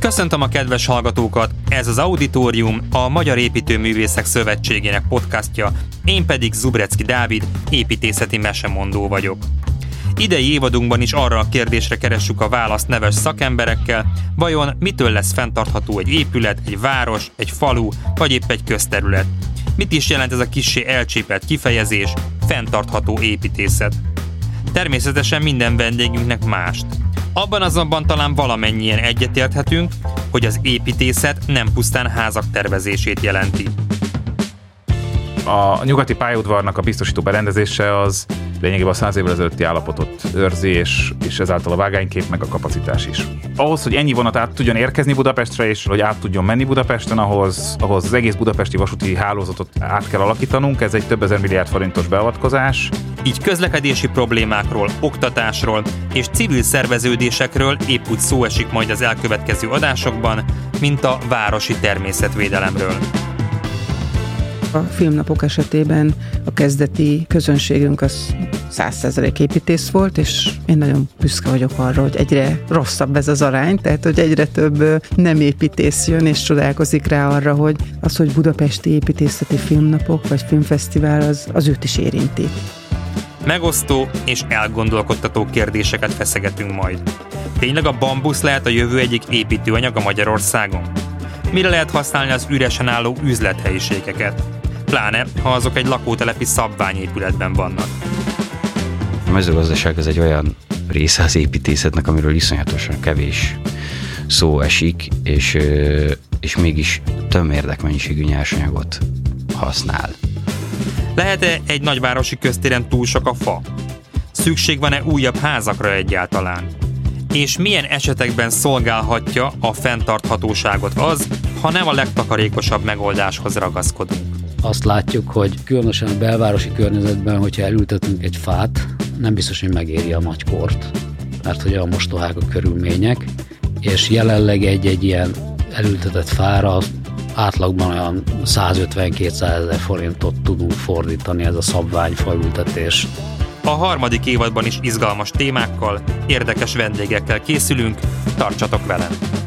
Köszöntöm a kedves hallgatókat, ez az Auditorium, a Magyar Építőművészek Szövetségének podcastja, én pedig Zubrecki Dávid, építészeti mesemondó vagyok. Idei évadunkban is arra a kérdésre keressük a választ neves szakemberekkel, vajon mitől lesz fenntartható egy épület, egy város, egy falu, vagy épp egy közterület. Mit is jelent ez a kissé elcsépelt kifejezés, fenntartható építészet? Természetesen minden vendégünknek mást. Abban azonban talán valamennyien egyetérthetünk, hogy az építészet nem pusztán házak tervezését jelenti. A nyugati pályaudvarnak a biztosító berendezése az lényegében a 100 évvel ezelőtti állapotot őrzi, és ezáltal a vágánykép meg a kapacitás is. Ahhoz, hogy ennyi vonat át tudjon érkezni Budapestre, és hogy át tudjon menni Budapesten, ahhoz az egész budapesti vasúti hálózatot át kell alakítanunk, ez egy több ezer milliárd forintos beavatkozás. Így közlekedési problémákról, oktatásról és civil szerveződésekről épp úgy szó esik majd az elkövetkező adásokban, mint a városi természetvédelemről. A filmnapok esetében a kezdeti közönségünk az 100% építész volt, és én nagyon büszke vagyok arra, hogy egyre rosszabb ez az arány, tehát hogy egyre több nem építész jön, és csodálkozik rá arra, hogy az, hogy budapesti építészeti filmnapok vagy filmfesztivál, az őt is érinti. Megosztó és elgondolkodtató kérdéseket feszegetünk majd. Tényleg a bambusz lehet a jövő egyik építőanyaga Magyarországon? Mire lehet használni az üresen álló üzlethelyiségeket? Pláne, ha azok egy lakótelepi szabványépületben vannak. A mezőgazdaság az egy olyan része az építészetnek, amiről iszonyatosan kevés szó esik, és mégis tömérdek mennyiségű nyersanyagot használ. Lehet-e egy nagyvárosi köztéren túl sok a fa? Szükség van-e újabb házakra egyáltalán? És milyen esetekben szolgálhatja a fenntarthatóságot az, ha nem a legtakarékosabb megoldáshoz ragaszkodunk? Azt látjuk, hogy különösen a belvárosi környezetben, hogyha elültetünk egy fát, nem biztos, hogy megéri a nagykort, mert hogy a mostohák a körülmények, és jelenleg egy ilyen elültetett fára átlagban olyan 150-200 ezer forintot tudunk fordítani, ez a szabványfaültetés. A harmadik évadban is izgalmas témákkal, érdekes vendégekkel készülünk, tartsatok velem!